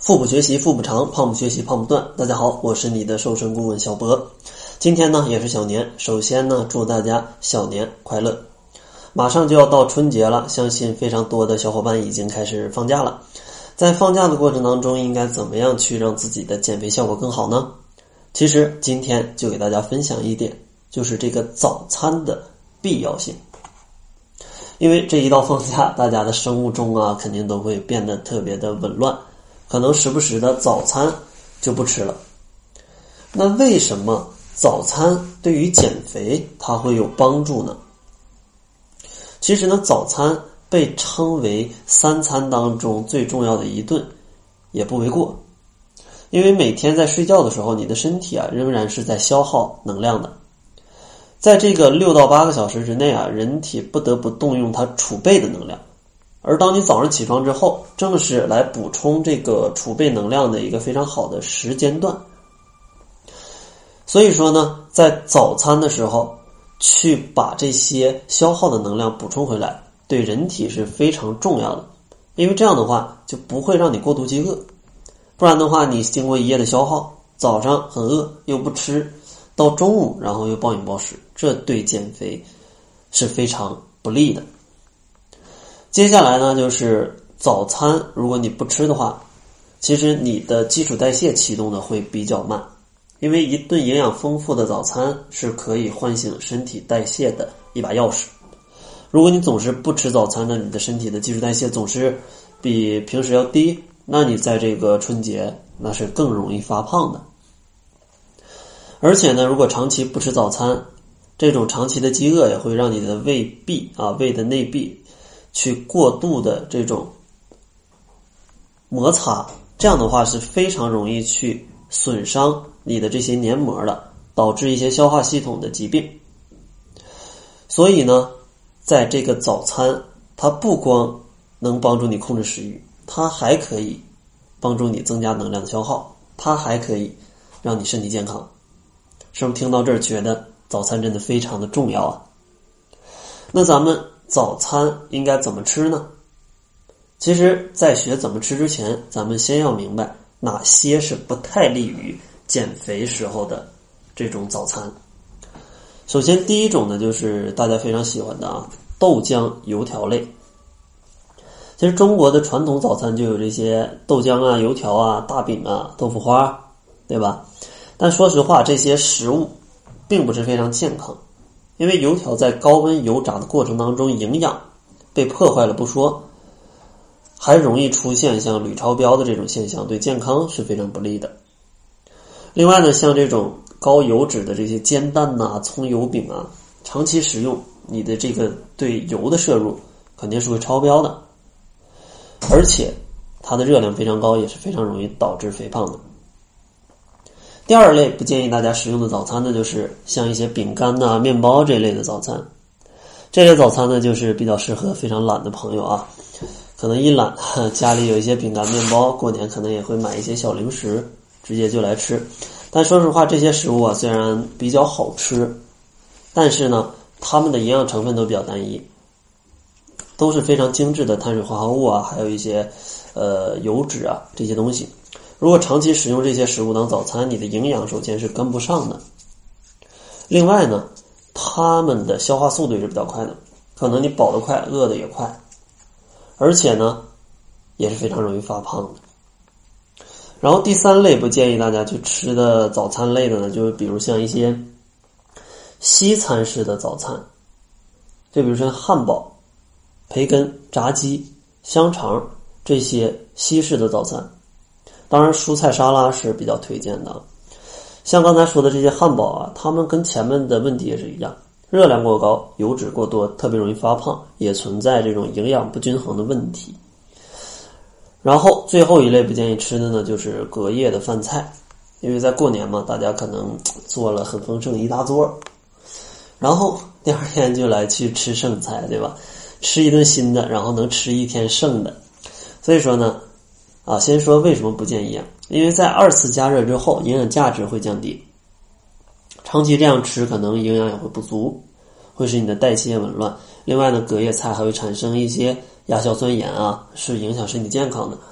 腹部学习腹部长，胖不学习胖不断。大家好，我是你的瘦身顾问小博。今天呢也是小年，首先呢祝大家小年快乐。马上就要到春节了，相信非常多的小伙伴已经开始放假了。在放假的过程当中，应该怎么样去让自己的减肥效果更好呢？其实今天就给大家分享一点，就是这个早餐的必要性。因为这一到放假，大家的生物钟啊肯定都会变得特别的紊乱，可能时不时的早餐就不吃了。那为什么早餐对于减肥它会有帮助呢？其实呢，早餐被称为三餐当中最重要的一顿也不为过。因为每天在睡觉的时候，你的身体仍然是在消耗能量的。在这个6到8个小时之内人体不得不动用它储备的能量。而当你早上起床之后，正是来补充这个储备能量的一个非常好的时间段。所以说呢，在早餐的时候去把这些消耗的能量补充回来，对人体是非常重要的。因为这样的话就不会让你过度饥饿，不然的话你经过一夜的消耗，早上很饿又不吃，到中午然后又暴饮暴食，这对减肥是非常不利的。接下来呢，就是早餐如果你不吃的话，其实你的基础代谢启动的会比较慢。因为一顿营养丰富的早餐是可以唤醒身体代谢的一把钥匙。如果你总是不吃早餐呢，你的身体的基础代谢总是比平时要低，那你在这个春节那是更容易发胖的。而且呢，如果长期不吃早餐，这种长期的饥饿也会让你的胃壁胃的内壁去过度的这种摩擦，这样的话是非常容易去损伤你的这些黏膜的，导致一些消化系统的疾病。所以呢，在这个早餐，它不光能帮助你控制食欲，它还可以帮助你增加能量的消耗，它还可以让你身体健康。是不是听到这儿觉得早餐真的非常的重要啊？那咱们早餐应该怎么吃呢？其实在学怎么吃之前，咱们先要明白哪些是不太利于减肥时候的这种早餐。首先第一种呢，就是大家非常喜欢的豆浆油条类。其实中国的传统早餐就有这些豆浆油条大饼豆腐花，对吧？但说实话，这些食物并不是非常健康。因为油条在高温油炸的过程当中，营养被破坏了不说，还容易出现像铝超标的这种现象，对健康是非常不利的。另外呢，像这种高油脂的这些煎蛋葱油饼长期食用，你的这个对油的摄入肯定是会超标的，而且它的热量非常高，也是非常容易导致肥胖的。第二类不建议大家食用的早餐呢，就是像一些饼干面包这类的早餐。这类早餐呢，就是比较适合非常懒的朋友可能一懒，家里有一些饼干面包，过年可能也会买一些小零食直接就来吃。但说实话，这些食物虽然比较好吃，但是呢它们的营养成分都比较单一，都是非常精致的碳水化合物还有一些油脂这些东西。如果长期使用这些食物当早餐，你的营养首先是跟不上的。另外呢，它们的消化速度也是比较快的，可能你饱得快，饿得也快，而且呢也是非常容易发胖的。然后第三类不建议大家去吃的早餐类的呢，就是比如像一些西餐式的早餐，就比如说汉堡、培根、炸鸡、香肠这些西式的早餐。当然蔬菜沙拉是比较推荐的。像刚才说的这些汉堡它们跟前面的问题也是一样，热量过高，油脂过多，特别容易发胖，也存在这种营养不均衡的问题。然后最后一类不建议吃的呢，就是隔夜的饭菜。因为在过年嘛，大家可能做了很丰盛的一大桌，然后第二天就来去吃剩菜，对吧？吃一顿新的，然后能吃一天剩的。所以说呢先说为什么不建议因为在2次加热之后，营养价值会降低，长期这样吃可能营养也会不足，会使你的代谢紊乱。另外呢，隔夜菜还会产生一些亚硝酸盐是影响身体健康的。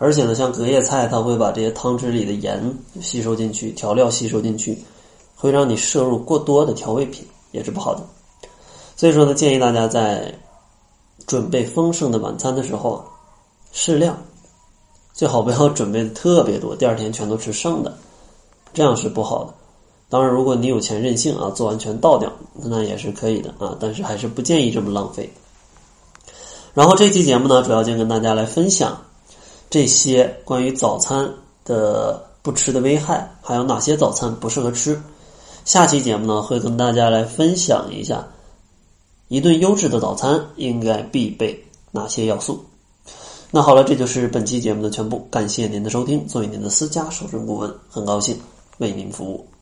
而且呢，像隔夜菜，它会把这些汤汁里的盐吸收进去，调料吸收进去，会让你摄入过多的调味品，也是不好的。所以说呢，建议大家在准备丰盛的晚餐的时候适量，最好不要准备的特别多，第二天全都吃剩的，这样是不好的。当然如果你有钱任性啊，做完全倒掉，那也是可以的啊，但是还是不建议这么浪费。然后这期节目呢，主要就跟大家来分享这些关于早餐的不吃的危害，还有哪些早餐不适合吃。下期节目呢，会跟大家来分享一下一顿优质的早餐应该必备哪些要素。那好了，这就是本期节目的全部，感谢您的收听。作为您的私家瘦身顾问，很高兴为您服务。